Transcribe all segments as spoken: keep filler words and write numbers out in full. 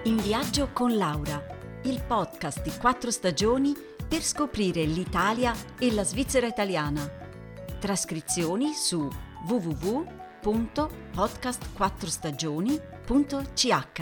In viaggio con Laura, il podcast di quattro stagioni per scoprire l'Italia e la Svizzera italiana. Trascrizioni su w w w punto podcast quattro stagioni punto c h.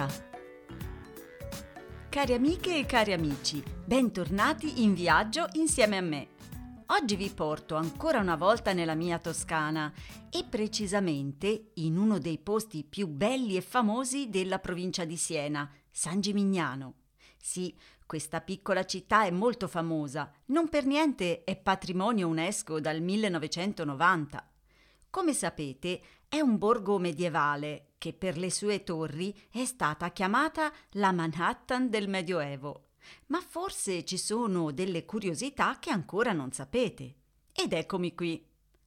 Cari amiche e cari amici, bentornati in viaggio insieme a me. Oggi vi porto ancora una volta nella mia Toscana e precisamente in uno dei posti più belli e famosi della provincia di Siena, San Gimignano. Sì, questa piccola città è molto famosa, non per niente è patrimonio UNESCO dal millenovecentonovanta. Come sapete, è un borgo medievale che per le sue torri è stata chiamata la Manhattan del Medioevo. Ma forse ci sono delle curiosità che ancora non sapete. Ed eccomi qui.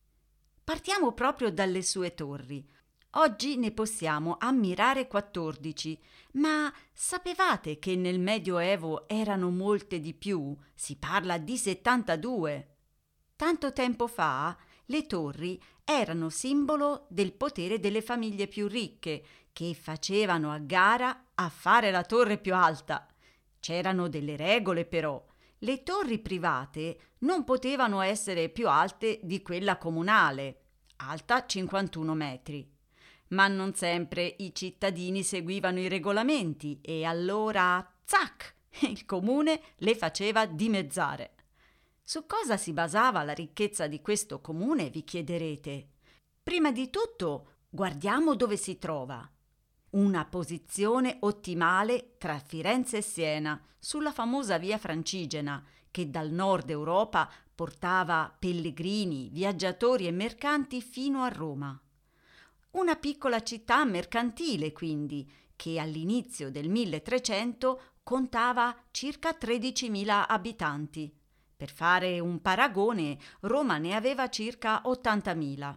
Partiamo proprio dalle sue torri. Oggi ne possiamo ammirare quattordici, ma sapevate che nel Medioevo erano molte di più? Si parla di settantadue. Tanto tempo fa le torri erano simbolo del potere delle famiglie più ricche, che facevano a gara a fare la torre più alta. C'erano delle regole però. Le torri private non potevano essere più alte di quella comunale, alta cinquantuno metri. Ma non sempre i cittadini seguivano i regolamenti e allora, zac, il comune le faceva dimezzare. Su cosa si basava la ricchezza di questo comune, vi chiederete? Prima di tutto, guardiamo dove si trova. Una posizione ottimale tra Firenze e Siena, sulla famosa via Francigena, che dal nord Europa portava pellegrini, viaggiatori e mercanti fino a Roma. Una piccola città mercantile, quindi, che all'inizio del milletrecento contava circa tredicimila abitanti. Per fare un paragone, Roma ne aveva circa ottantamila.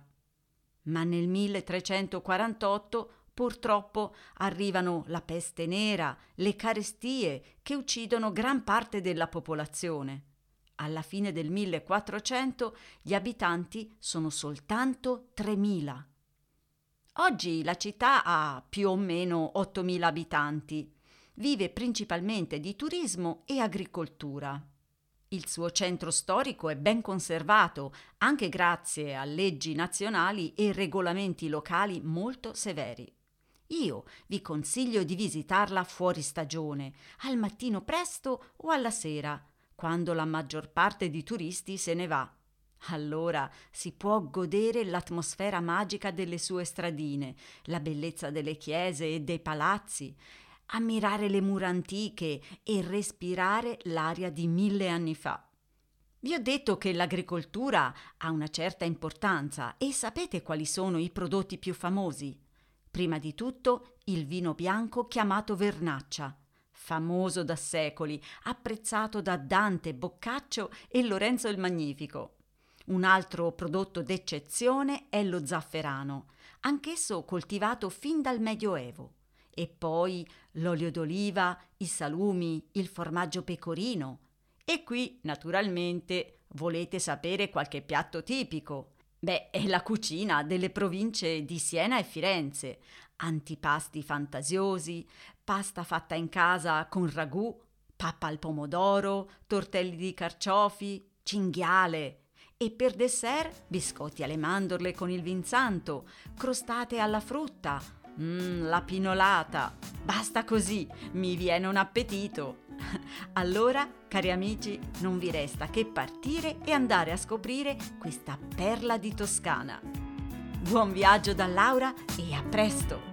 Ma nel milletrecentoquarantotto purtroppo arrivano la peste nera, le carestie che uccidono gran parte della popolazione. Alla fine del millequattrocento gli abitanti sono soltanto tremila. Oggi la città ha più o meno ottomila abitanti. Vive principalmente di turismo e agricoltura. Il suo centro storico è ben conservato, anche grazie a leggi nazionali e regolamenti locali molto severi. Io vi consiglio di visitarla fuori stagione, al mattino presto o alla sera, quando la maggior parte di turisti se ne va. Allora si può godere l'atmosfera magica delle sue stradine, la bellezza delle chiese e dei palazzi, ammirare le mura antiche e respirare l'aria di mille anni fa. Vi ho detto che l'agricoltura ha una certa importanza e sapete quali sono i prodotti più famosi? Prima di tutto il vino bianco chiamato Vernaccia, famoso da secoli, apprezzato da Dante, Boccaccio e Lorenzo il Magnifico. Un altro prodotto d'eccezione è lo zafferano, anch'esso coltivato fin dal Medioevo. E poi l'olio d'oliva, i salumi, il formaggio pecorino. E qui, naturalmente, volete sapere qualche piatto tipico? Beh, è la cucina delle province di Siena e Firenze. Antipasti fantasiosi, pasta fatta in casa con ragù, pappa al pomodoro, tortelli di carciofi, cinghiale. E per dessert biscotti alle mandorle con il vinsanto, crostate alla frutta, mm, la pinolata. Basta così, mi viene un appetito. Allora, cari amici, non vi resta che partire e andare a scoprire questa perla di Toscana. Buon viaggio da Laura e a presto!